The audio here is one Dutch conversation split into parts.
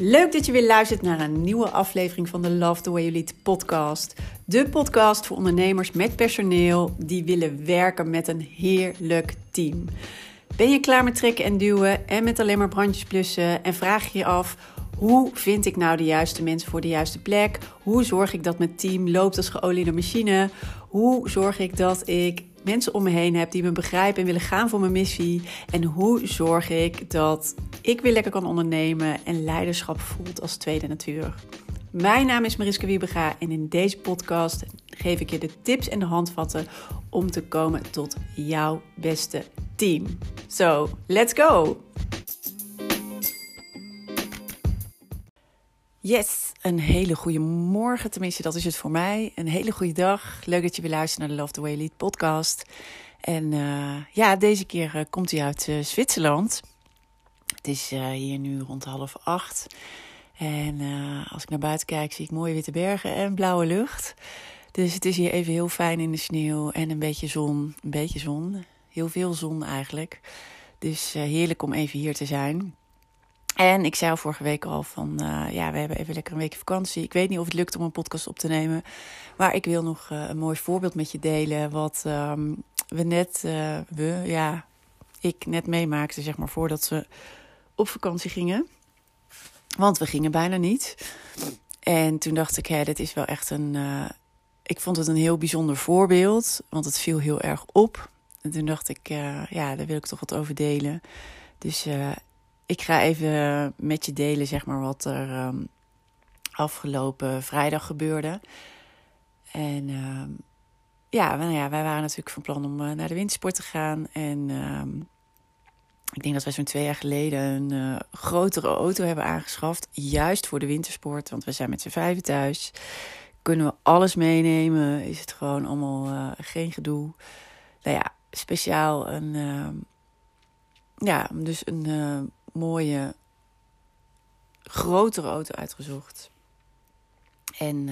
Leuk dat je weer luistert naar een nieuwe aflevering van de Love the Way You Lead podcast. De podcast voor ondernemers met personeel die willen werken met een heerlijk team. Ben je klaar met trekken en duwen en met alleen maar brandjes blussen en vraag je je af: hoe vind ik nou de juiste mensen voor de juiste plek? Hoe zorg ik dat mijn team loopt als geoliede machine? Hoe zorg ik dat ik mensen om me heen heb die me begrijpen en willen gaan voor mijn missie? En hoe zorg ik dat ik weer lekker kan ondernemen en leiderschap voelt als tweede natuur? Mijn naam is Mariska Wiebega en in deze podcast geef ik je de tips en de handvatten om te komen tot jouw beste team. So, let's go! Yes, een hele goede morgen, tenminste dat is het voor mij. Een hele goede dag. Leuk dat je weer luistert naar de Love the Way You Lead podcast. En deze keer komt hij uit Zwitserland. Het is hier nu rond 7:30. En als ik naar buiten kijk zie ik mooie witte bergen en blauwe lucht. Dus het is hier even heel fijn in de sneeuw en een beetje zon. Een beetje zon, heel veel zon eigenlijk. Dus heerlijk om even hier te zijn. En ik zei al vorige week al van, we hebben even lekker een weekje vakantie. Ik weet niet of het lukt om een podcast op te nemen. Maar ik wil nog een mooi voorbeeld met je delen. Wat ik net meemaakte, zeg maar, voordat ze op vakantie gingen. Want we gingen bijna niet. En toen dacht ik, dit is wel echt ik vond het een heel bijzonder voorbeeld. Want het viel heel erg op. En toen dacht ik, daar wil ik toch wat over delen. Dus ik ga even met je delen, zeg maar, wat er afgelopen vrijdag gebeurde. En wij waren natuurlijk van plan om naar de wintersport te gaan. En ik denk dat wij zo'n 2 jaar geleden een grotere auto hebben aangeschaft. Juist voor de wintersport, want we zijn met z'n 5 thuis. Kunnen we alles meenemen? Is het gewoon allemaal geen gedoe? Speciaal een mooie, grotere auto uitgezocht. En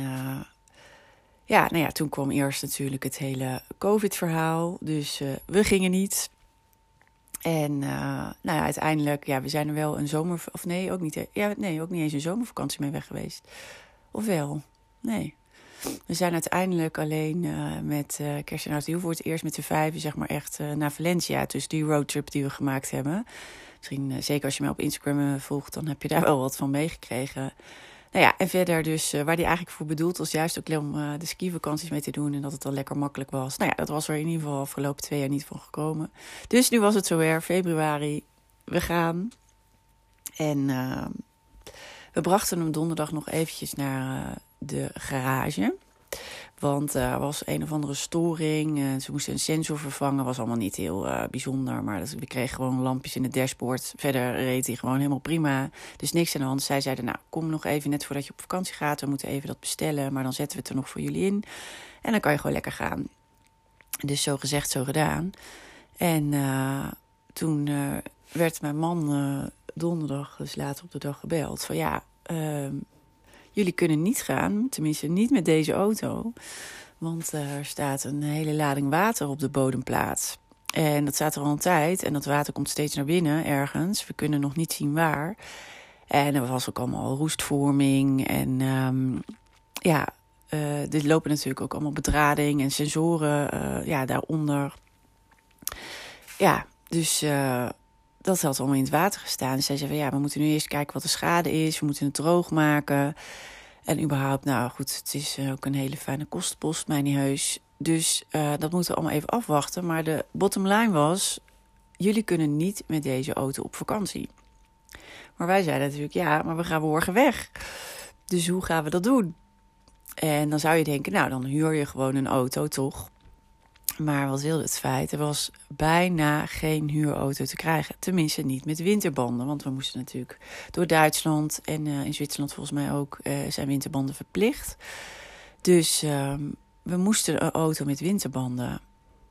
toen kwam eerst natuurlijk het hele COVID-verhaal. Dus we gingen niet. En uiteindelijk, we zijn er wel een zomer... Of nee, ook niet. Ook niet eens een zomervakantie mee weg geweest. Of wel? Nee. We zijn uiteindelijk alleen met kerst en oud en nieuw voor het eerst met de 5, zeg maar, echt naar Valencia. Dus die roadtrip die we gemaakt hebben. Misschien, zeker als je mij op Instagram volgt, dan heb je daar wel wat van meegekregen. En verder dus, waar die eigenlijk voor bedoeld was, juist ook om de skivakanties mee te doen. En dat het dan lekker makkelijk was. Dat was er in ieder geval afgelopen 2 jaar niet van gekomen. Dus nu was het zover, februari. We gaan. En we brachten hem donderdag nog eventjes naar de garage. Want er was een of andere storing. Ze moesten een sensor vervangen. Was allemaal niet heel bijzonder. Maar we kregen gewoon lampjes in het dashboard. Verder reed hij gewoon helemaal prima. Dus niks aan de hand. Zij zeiden, kom nog even net voordat je op vakantie gaat. We moeten even dat bestellen. Maar dan zetten we het er nog voor jullie in. En dan kan je gewoon lekker gaan. Dus zo gezegd, zo gedaan. En toen werd mijn man donderdag, dus later op de dag, gebeld. Van jullie kunnen niet gaan, tenminste niet met deze auto. Want er staat een hele lading water op de bodemplaats. En dat staat er al een tijd. En dat water komt steeds naar binnen ergens. We kunnen nog niet zien waar. En er was ook allemaal roestvorming. En er lopen natuurlijk ook allemaal bedrading en sensoren daaronder. Ja, dus dat had allemaal in het water gestaan. Dus zij zei van we moeten nu eerst kijken wat de schade is. We moeten het droog maken. En überhaupt, het is ook een hele fijne kostenpost, mijn heus. Dus dat moeten we allemaal even afwachten. Maar de bottom line was, jullie kunnen niet met deze auto op vakantie. Maar wij zeiden natuurlijk, maar we gaan morgen weg. Dus hoe gaan we dat doen? En dan zou je denken, dan huur je gewoon een auto, toch? Maar wat wilde het feit? Er was bijna geen huurauto te krijgen. Tenminste niet met winterbanden. Want we moesten natuurlijk door Duitsland en in Zwitserland volgens mij ook zijn winterbanden verplicht. Dus we moesten een auto met winterbanden.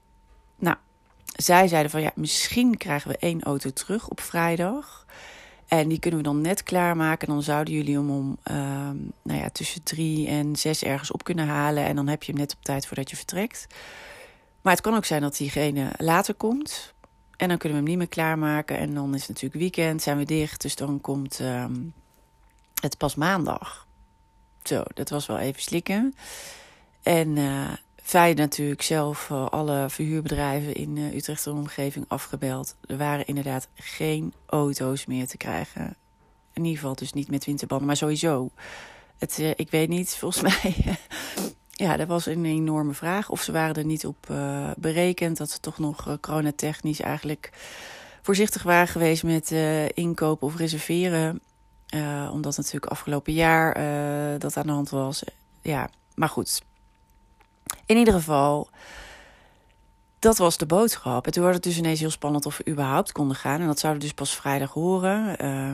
Zij zeiden van misschien krijgen we 1 auto terug op vrijdag. En die kunnen we dan net klaarmaken. Dan zouden jullie hem om tussen 3 en 6 ergens op kunnen halen. En dan heb je hem net op tijd voordat je vertrekt. Maar het kan ook zijn dat diegene later komt. En dan kunnen we hem niet meer klaarmaken. En dan is het natuurlijk weekend, zijn we dicht. Dus dan komt het pas maandag. Zo, dat was wel even slikken. En wij natuurlijk zelf alle verhuurbedrijven in Utrecht en omgeving afgebeld. Er waren inderdaad geen auto's meer te krijgen. In ieder geval dus niet met winterbanden, maar sowieso. Ik weet niet, volgens mij... ja, dat was een enorme vraag. Of ze waren er niet op berekend. Dat ze toch nog coronatechnisch eigenlijk voorzichtig waren geweest met inkopen of reserveren. Omdat natuurlijk afgelopen jaar dat aan de hand was. Ja, maar goed. In ieder geval, dat was de boodschap. En toen werd het dus ineens heel spannend of we überhaupt konden gaan. En dat zouden we dus pas vrijdag horen.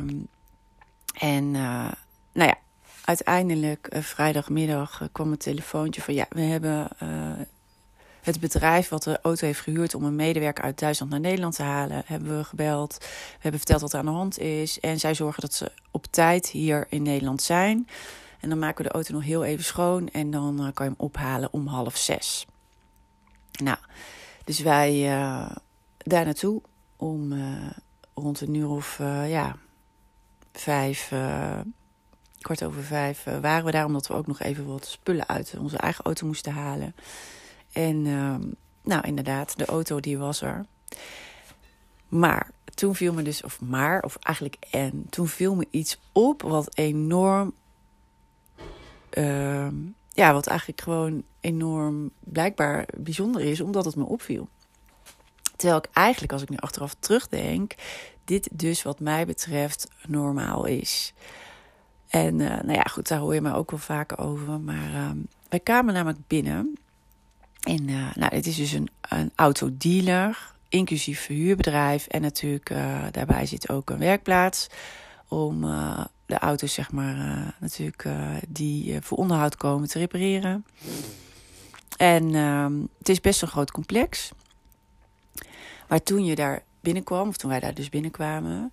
Nou ja, uiteindelijk vrijdagmiddag kwam een telefoontje van... ja, we hebben het bedrijf wat de auto heeft gehuurd... om een medewerker uit Duitsland naar Nederland te halen... hebben we gebeld. We hebben verteld wat er aan de hand is. En zij zorgen dat ze op tijd hier in Nederland zijn. En dan maken we de auto nog heel even schoon... en dan kan je hem ophalen om 5:30. Nou, dus wij daar naartoe om rond een uur of 5... 4:15 waren we daar... omdat we ook nog even wat spullen uit onze eigen auto moesten halen. En nou inderdaad, de auto die was er. Maar toen viel me dus... toen viel me iets op wat enorm... wat eigenlijk gewoon enorm blijkbaar bijzonder is... omdat het me opviel. Terwijl ik eigenlijk, als ik nu achteraf terugdenk... dit dus wat mij betreft normaal is... En nou ja, goed, daar hoor je mij ook wel vaker over. Maar wij kwamen namelijk binnen. En het is dus een autodealer, inclusief verhuurbedrijf. En natuurlijk daarbij zit ook een werkplaats. Om de auto's, zeg maar, die voor onderhoud komen te repareren. En het is best een groot complex. Maar toen je daar binnenkwam, of toen wij daar dus binnenkwamen...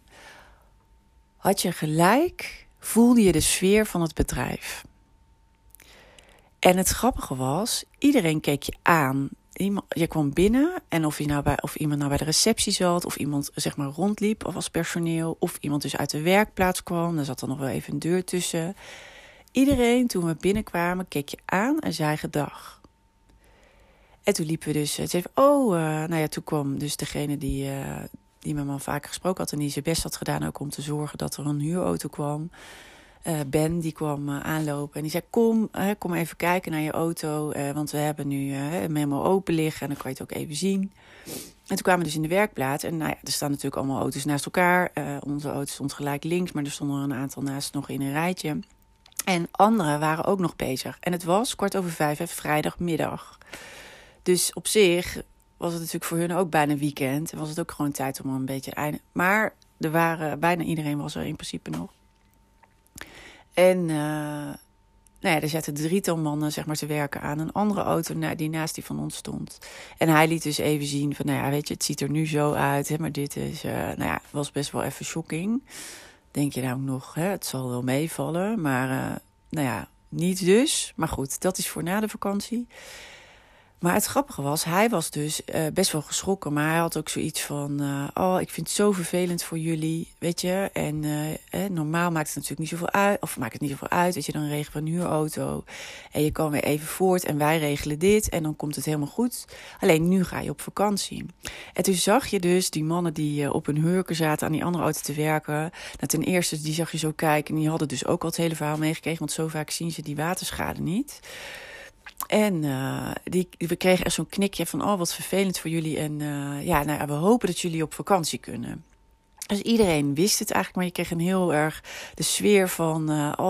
had je gelijk... voelde je de sfeer van het bedrijf. En het grappige was, iedereen keek je aan. Je kwam binnen en of iemand nou bij de receptie zat... of iemand zeg maar rondliep of als personeel... of iemand dus uit de werkplaats kwam. Daar zat dan nog wel even een deur tussen. Iedereen, toen we binnenkwamen, keek je aan en zei gedag. En toen liepen we dus... toen kwam dus degene die met me al vaker gesproken had... en die zijn best had gedaan ook om te zorgen dat er een huurauto kwam. Ben, die kwam aanlopen en die zei... Kom even kijken naar je auto, want we hebben nu een memo open liggen... en dan kan je het ook even zien. En toen kwamen we dus in de werkplaats. En er staan natuurlijk allemaal auto's naast elkaar. Onze auto stond gelijk links, maar er stonden er een aantal naast nog in een rijtje. En anderen waren ook nog bezig. En het was 4:15, vrijdagmiddag. Dus op zich... was het natuurlijk voor hun ook bijna weekend. En was het ook gewoon tijd om een beetje einde. Maar bijna iedereen was er in principe nog. En er zaten 3 mannen zeg maar te werken aan een andere auto die naast die van ons stond. En hij liet dus even zien van, weet je, het ziet er nu zo uit. Hè, maar dit is, was best wel even shocking. Denk je nou nog, het zal wel meevallen. Maar niet dus. Maar goed, dat is voor na de vakantie. Maar het grappige was, hij was dus best wel geschrokken. Maar hij had ook zoiets van... ik vind het zo vervelend voor jullie, weet je. En normaal maakt het natuurlijk niet zoveel uit. Of maakt het niet zoveel uit, weet je. Dan regelen we een huurauto. En je kan weer even voort en wij regelen dit. En dan komt het helemaal goed. Alleen nu ga je op vakantie. En toen zag je dus die mannen die op hun hurken zaten... aan die andere auto te werken. Nou, ten eerste, die zag je zo kijken. En die hadden dus ook al het hele verhaal meegekregen. Want zo vaak zien ze die waterschade niet... En we kregen echt zo'n knikje van... wat vervelend voor jullie. En we hopen dat jullie op vakantie kunnen. Dus iedereen wist het eigenlijk. Maar je kreeg een heel erg de sfeer van...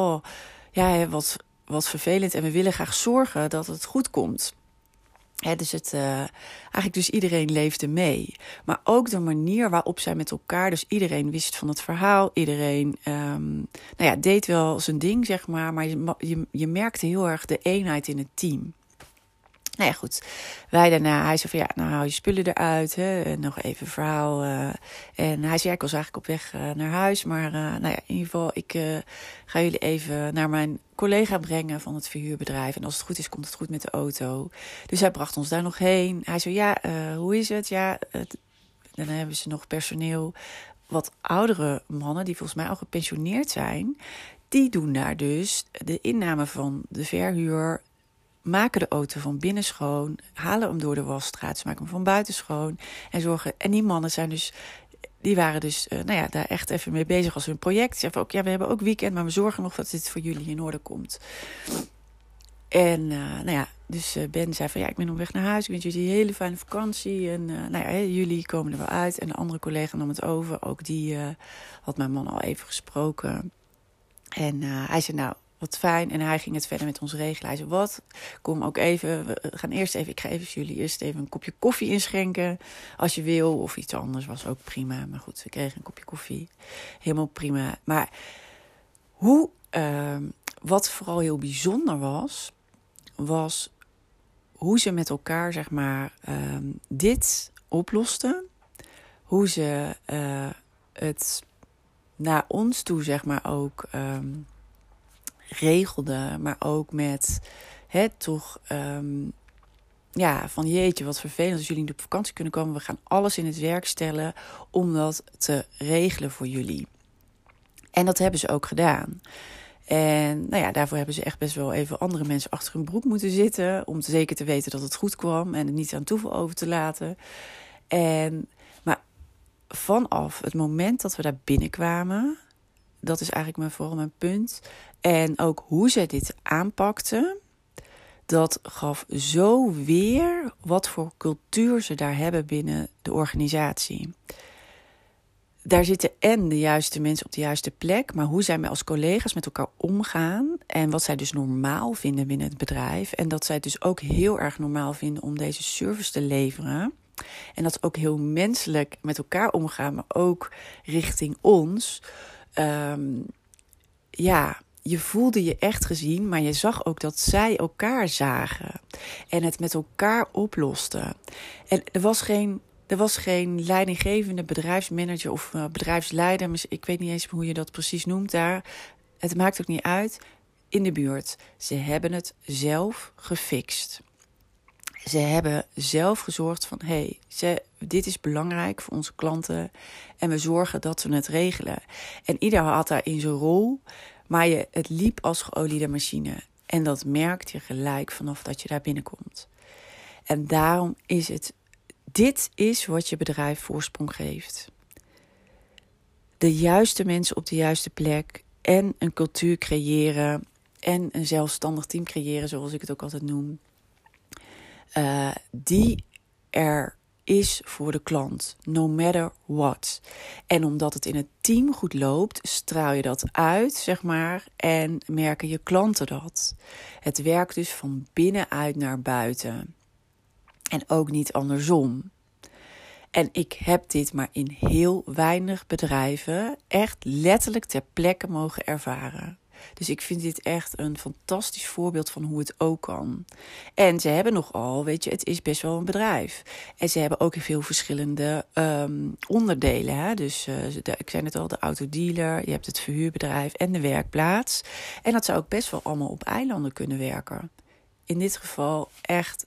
wat vervelend. En we willen graag zorgen dat het goed komt. Dus eigenlijk dus iedereen leefde mee. Maar ook de manier waarop zij met elkaar... dus iedereen wist van het verhaal. Iedereen deed wel zijn ding, zeg maar. Maar je merkte heel erg de eenheid in het team. Nou ja, goed. Wij daarna, hij zei van hou je spullen eruit. Hè, nog even een verhaal. En hij zei, ik was eigenlijk op weg naar huis. Maar in ieder geval, ik ga jullie even naar mijn collega brengen van het verhuurbedrijf. En als het goed is, komt het goed met de auto. Dus hij bracht ons daar nog heen. Hij zei, hoe is het? Dan hebben ze nog personeel. Wat oudere mannen, die volgens mij al gepensioneerd zijn... Die doen daar dus de inname van de verhuur, maken de auto van binnen schoon, halen hem door de wasstraat, ze maken hem van buiten schoon en zorgen. En die mannen zijn dus, die waren dus daar echt even mee bezig als hun project. Ze zeggen ook, ja, we hebben ook weekend, maar we zorgen nog dat dit voor jullie in orde komt. En dus Ben zei van, ja, ik ben op weg naar huis. Ik wens jullie een hele fijne vakantie. En jullie komen er wel uit. En de andere collega nam het over. Ook die had mijn man al even gesproken. En hij zei, nou, wat fijn. En hij ging het verder met ons regelen. Hij zei, wat? Kom ook even. We gaan eerst even, ik ga even jullie eerst even een kopje koffie inschenken. Als je wil. Of iets anders was ook prima. Maar goed, we kregen een kopje koffie. Helemaal prima. Maar wat vooral heel bijzonder was hoe ze met elkaar, zeg maar, dit oplosten. Hoe ze het naar ons toe, zeg maar, ook regelden. Maar ook met van jeetje, wat vervelend als jullie niet op vakantie kunnen komen. We gaan alles in het werk stellen om dat te regelen voor jullie. En dat hebben ze ook gedaan. En daarvoor hebben ze echt best wel even andere mensen achter hun broek moeten zitten. Om zeker te weten dat het goed kwam. En het niet aan toeval over te laten. Maar vanaf het moment dat we daar binnenkwamen. Dat is eigenlijk vooral mijn punt. En ook hoe zij dit aanpakten. Dat gaf zo weer wat voor cultuur ze daar hebben binnen de organisatie. Daar zitten en de juiste mensen op de juiste plek. Maar hoe zij als collega's met elkaar omgaan. En wat zij dus normaal vinden binnen het bedrijf. En dat zij het dus ook heel erg normaal vinden om deze service te leveren. En dat ze ook heel menselijk met elkaar omgaan. Maar ook richting ons. Je voelde je echt gezien. Maar je zag ook dat zij elkaar zagen. En het met elkaar oplosten. En er was geen leidinggevende bedrijfsmanager of bedrijfsleider. Ik weet niet eens hoe je dat precies noemt daar. Het maakt ook niet uit. In de buurt. Ze hebben het zelf gefixt. Ze hebben zelf gezorgd van, dit is belangrijk voor onze klanten. En we zorgen dat we het regelen. En ieder had daar in zijn rol. Maar het liep als geoliede machine. En dat merkt je gelijk vanaf dat je daar binnenkomt. En daarom is het. Dit is wat je bedrijf voorsprong geeft. De juiste mensen op de juiste plek. En een cultuur creëren. En een zelfstandig team creëren, zoals ik het ook altijd noem. Die er is voor de klant. No matter what. En omdat het in het team goed loopt, straal je dat uit, zeg maar. En merken je klanten dat. Het werkt dus van binnenuit naar buiten. En ook niet andersom. En ik heb dit maar in heel weinig bedrijven echt letterlijk ter plekke mogen ervaren. Dus ik vind dit echt een fantastisch voorbeeld van hoe het ook kan. En ze hebben nogal, het is best wel een bedrijf. En ze hebben ook veel verschillende onderdelen. Hè? Dus ik zei net al, de autodealer, je hebt het verhuurbedrijf en de werkplaats. En dat zou ook best wel allemaal op eilanden kunnen werken. In dit geval echt.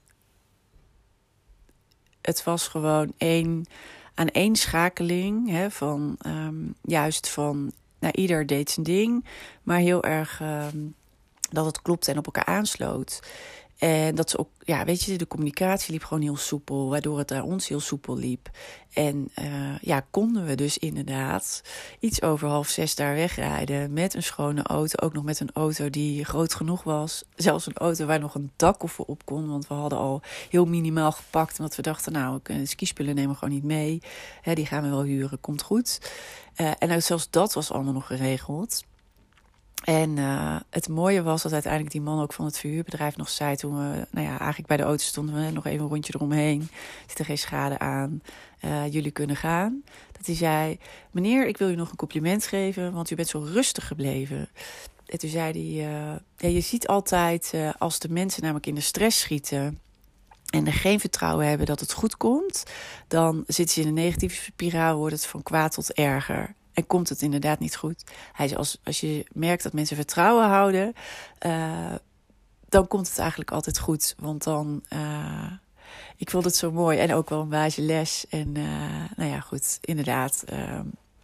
Het was gewoon één aaneenschakeling van juist van. Ieder deed zijn ding, maar heel erg dat het klopte en op elkaar aansloot. En dat ze ook, de communicatie liep gewoon heel soepel, waardoor het naar ons heel soepel liep. En konden we dus inderdaad iets over 5:30 daar wegrijden met een schone auto. Ook nog met een auto die groot genoeg was. Zelfs een auto waar nog een dakkoffer op kon, want we hadden al heel minimaal gepakt. Omdat we dachten, skispullen nemen we gewoon niet mee. Die gaan we wel huren, komt goed. En zelfs dat was allemaal nog geregeld. En het mooie was dat uiteindelijk die man ook van het verhuurbedrijf nog zei, toen we eigenlijk bij de auto stonden, we nog even een rondje eromheen. Er zit er geen schade aan. Jullie kunnen gaan. Dat hij zei, meneer, ik wil u nog een compliment geven, want u bent zo rustig gebleven. En toen zei hij, je ziet altijd als de mensen namelijk in de stress schieten en er geen vertrouwen hebben dat het goed komt, dan zitten ze in een negatieve spiraal, wordt het van kwaad tot erger. En komt het inderdaad niet goed. Hij zei, als je merkt dat mensen vertrouwen houden, dan komt het eigenlijk altijd goed. Want dan, ik vond het zo mooi en ook wel een wijze les. En goed, inderdaad,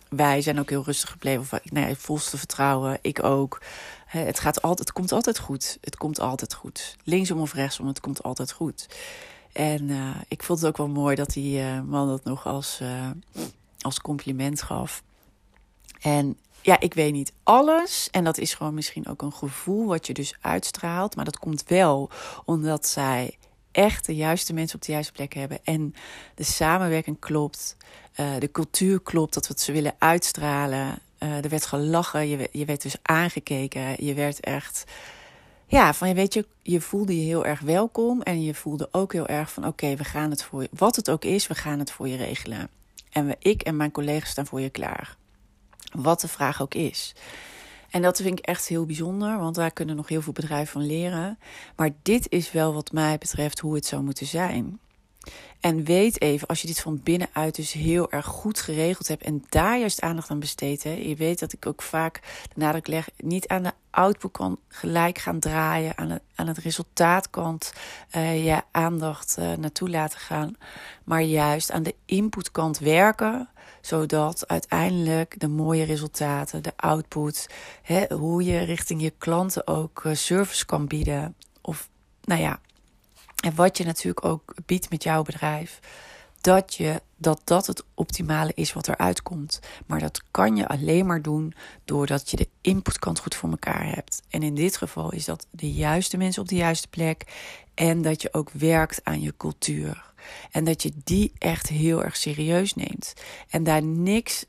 Wij zijn ook heel rustig gebleven. Of, volste vertrouwen. Ik ook. Het komt altijd goed. Het komt altijd goed. Linksom of rechtsom, het komt altijd goed. En ik vond het ook wel mooi dat die man dat nog als compliment gaf. En ja, ik weet niet alles. En dat is gewoon misschien ook een gevoel wat je dus uitstraalt. Maar dat komt wel omdat zij echt de juiste mensen op de juiste plek hebben. En de samenwerking klopt. De cultuur klopt, dat we het ze willen uitstralen. Er werd gelachen, je werd dus aangekeken. Je werd echt... Ja, je voelde je heel erg welkom. En je voelde ook heel erg van, oké, we gaan het voor je... Wat het ook is, we gaan het voor je regelen. En ik en mijn collega's staan voor je klaar. Wat de vraag ook is. En dat vind ik echt heel bijzonder, want daar kunnen nog heel veel bedrijven van leren. Maar dit is wel wat mij betreft hoe het zou moeten zijn. En weet even, als je dit van binnenuit dus heel erg goed geregeld hebt en daar juist aandacht aan besteedt. Je weet dat ik ook vaak de nadruk leg, niet aan de outputkant gelijk gaan draaien, aan het resultaatkant je aandacht naartoe laten gaan. Maar juist aan de inputkant werken, zodat uiteindelijk de mooie resultaten, de output, hoe je richting je klanten ook service kan bieden. Of en wat je natuurlijk ook biedt met jouw bedrijf, dat het optimale is wat eruit komt. Maar dat kan je alleen maar doen doordat je de inputkant goed voor elkaar hebt. En in dit geval is dat de juiste mensen op de juiste plek. En dat je ook werkt aan je cultuur. En dat je die echt heel erg serieus neemt. En daar niks,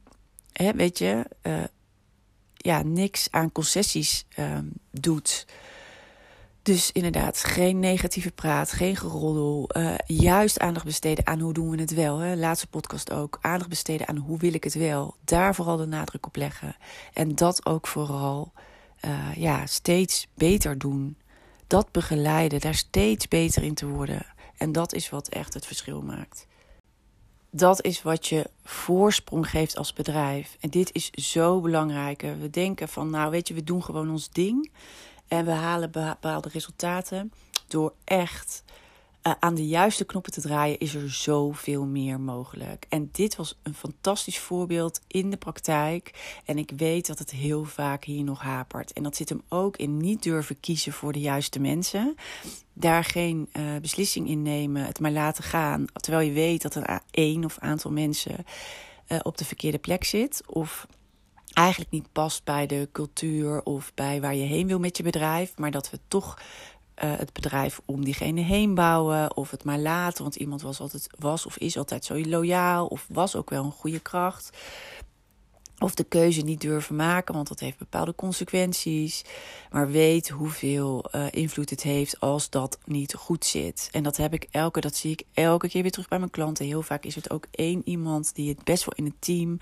niks aan concessies doet. Dus inderdaad, geen negatieve praat, geen geroddel. Juist aandacht besteden aan hoe doen we het wel. Laatste podcast ook. Aandacht besteden aan hoe wil ik het wel. Daar vooral de nadruk op leggen. En dat ook vooral steeds beter doen. Dat begeleiden, daar steeds beter in te worden. En dat is wat echt het verschil maakt. Dat is wat je voorsprong geeft als bedrijf. En dit is zo belangrijk. We denken van, we doen gewoon ons ding. En we halen bepaalde resultaten. Door echt aan de juiste knoppen te draaien is er zoveel meer mogelijk. En dit was een fantastisch voorbeeld in de praktijk. En ik weet dat het heel vaak hier nog hapert. En dat zit hem ook in niet durven kiezen voor de juiste mensen. Daar geen beslissing in nemen, het maar laten gaan. Terwijl je weet dat een aantal mensen op de verkeerde plek zit. Of eigenlijk niet past bij de cultuur of bij waar je heen wil met je bedrijf. Maar dat we toch het bedrijf om diegene heen bouwen of het maar laten. Want iemand was of is altijd zo loyaal of was ook wel een goede kracht. Of de keuze niet durven maken, want dat heeft bepaalde consequenties. Maar weet hoeveel invloed het heeft als dat niet goed zit. En dat zie ik elke keer weer terug bij mijn klanten. Heel vaak is het ook één iemand die het best wel in het team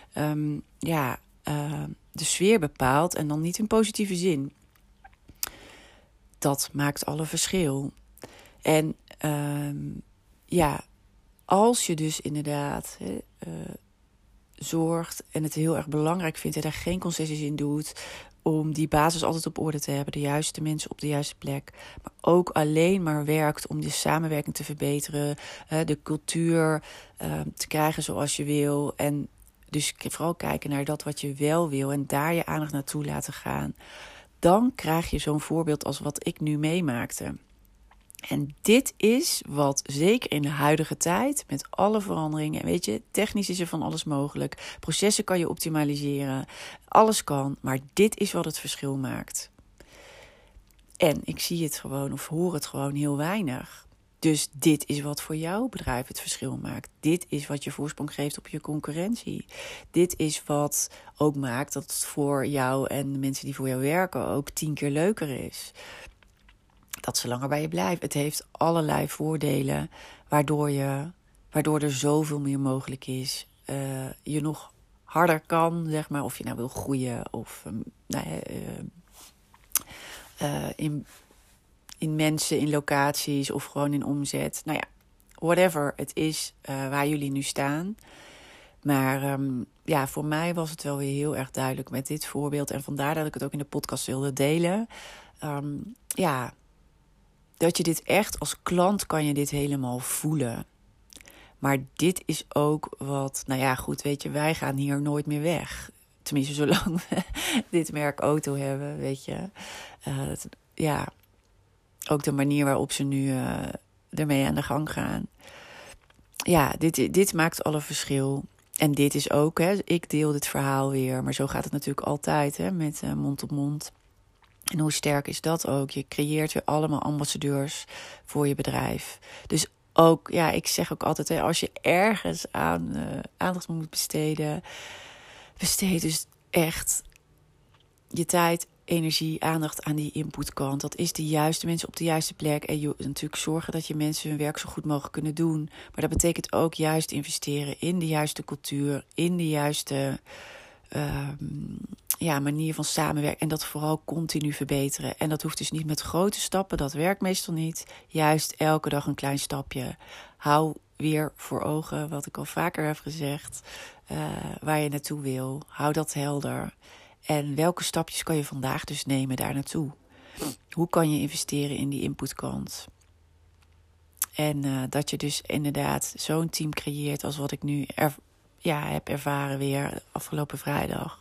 de sfeer bepaalt. En dan niet in positieve zin. Dat maakt alle verschil. En als je dus inderdaad zorgt en het heel erg belangrijk vindt en daar geen concessies in doet, om die basis altijd op orde te hebben, de juiste mensen op de juiste plek, maar ook alleen maar werkt om de samenwerking te verbeteren, de cultuur te krijgen zoals je wil en dus vooral kijken naar dat wat je wel wil en daar je aandacht naartoe laten gaan, dan krijg je zo'n voorbeeld als wat ik nu meemaakte. En dit is wat, zeker in de huidige tijd, met alle veranderingen, weet je, technisch is er van alles mogelijk. Processen kan je optimaliseren, alles kan, maar dit is wat het verschil maakt. En ik zie het gewoon of hoor het gewoon heel weinig. Dus dit is wat voor jouw bedrijf het verschil maakt. Dit is wat je voorsprong geeft op je concurrentie. Dit is wat ook maakt dat het voor jou en de mensen die voor jou werken ook 10 keer leuker is. Dat ze langer bij je blijven. Het heeft allerlei voordelen waardoor er zoveel meer mogelijk is. Je nog harder kan, zeg maar, of je nou wil groeien of in mensen, in locaties of gewoon in omzet. Nou ja, whatever het is waar jullie nu staan. Maar voor mij was het wel weer heel erg duidelijk met dit voorbeeld. En vandaar dat ik het ook in de podcast wilde delen. Dat je dit echt als klant kan je dit helemaal voelen. Maar dit is ook wat, nou ja, goed, weet je, wij gaan hier nooit meer weg. Tenminste, zolang we dit merk auto hebben, weet je. Ja, ook de manier waarop ze nu ermee aan de gang gaan. Ja, dit maakt alle verschil. En dit is ook, hè, ik deel dit verhaal weer. Maar zo gaat het natuurlijk altijd, hè, met mond op mond. En hoe sterk is dat ook? Je creëert weer allemaal ambassadeurs voor je bedrijf. Dus ook, ja, ik zeg ook altijd, hè, als je ergens aan aandacht moet besteden, besteed dus echt je tijd, energie, aandacht aan die inputkant. Dat is de juiste mensen op de juiste plek. En je natuurlijk zorgen dat je mensen hun werk zo goed mogelijk kunnen doen. Maar dat betekent ook juist investeren in de juiste cultuur, in de juiste manier van samenwerken. En dat vooral continu verbeteren. En dat hoeft dus niet met grote stappen. Dat werkt meestal niet. Juist elke dag een klein stapje. Hou weer voor ogen, wat ik al vaker heb gezegd, waar je naartoe wil. Hou dat helder. En welke stapjes kan je vandaag dus nemen daar naartoe? Hoe kan je investeren in die inputkant? En dat je dus inderdaad zo'n team creëert als wat ik nu heb ervaren weer afgelopen vrijdag.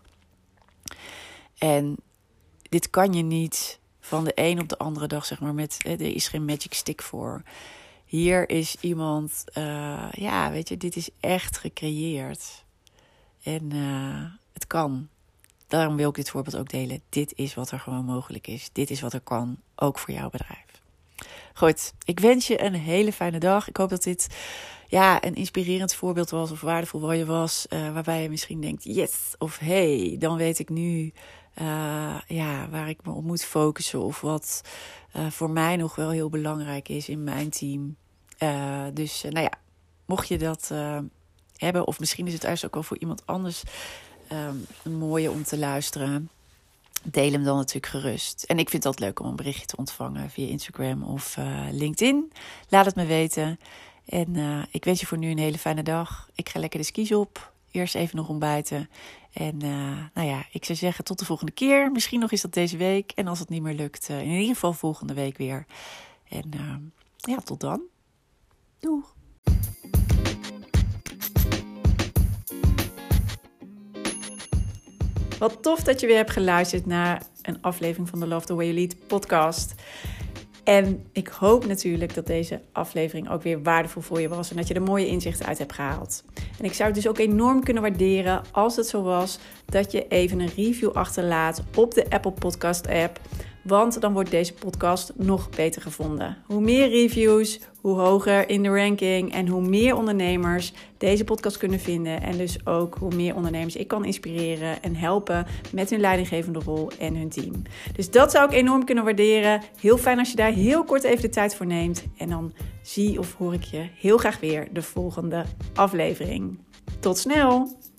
En dit kan je niet van de een op de andere dag, zeg maar, er is geen magic stick voor. Hier is iemand, weet je, dit is echt gecreëerd. En het kan. Daarom wil ik dit voorbeeld ook delen. Dit is wat er gewoon mogelijk is. Dit is wat er kan, ook voor jouw bedrijf. Goed, ik wens je een hele fijne dag. Ik hoop dat dit een inspirerend voorbeeld was of waardevol voor je was. Waarbij je misschien denkt, yes, of hey, dan weet ik nu waar ik me op moet focussen. Of wat voor mij nog wel heel belangrijk is in mijn team. Mocht je dat hebben, of misschien is het juist ook wel voor iemand anders een mooie om te luisteren, deel hem dan natuurlijk gerust. En ik vind het altijd leuk om een berichtje te ontvangen via Instagram of LinkedIn. Laat het me weten. En ik wens je voor nu een hele fijne dag. Ik ga lekker de skis op. Eerst even nog ontbijten. En ik zou zeggen tot de volgende keer. Misschien nog is dat deze week. En als het niet meer lukt, in ieder geval volgende week weer. En tot dan. Doeg! Wat tof dat je weer hebt geluisterd naar een aflevering van de Love the Way You Lead podcast. En ik hoop natuurlijk dat deze aflevering ook weer waardevol voor je was en dat je er mooie inzichten uit hebt gehaald. En ik zou het dus ook enorm kunnen waarderen als het zo was dat je even een review achterlaat op de Apple Podcast app. Want dan wordt deze podcast nog beter gevonden. Hoe meer reviews, hoe hoger in de ranking en hoe meer ondernemers deze podcast kunnen vinden. En dus ook hoe meer ondernemers ik kan inspireren en helpen met hun leidinggevende rol en hun team. Dus dat zou ik enorm kunnen waarderen. Heel fijn als je daar heel kort even de tijd voor neemt. En dan zie of hoor ik je heel graag weer de volgende aflevering. Tot snel!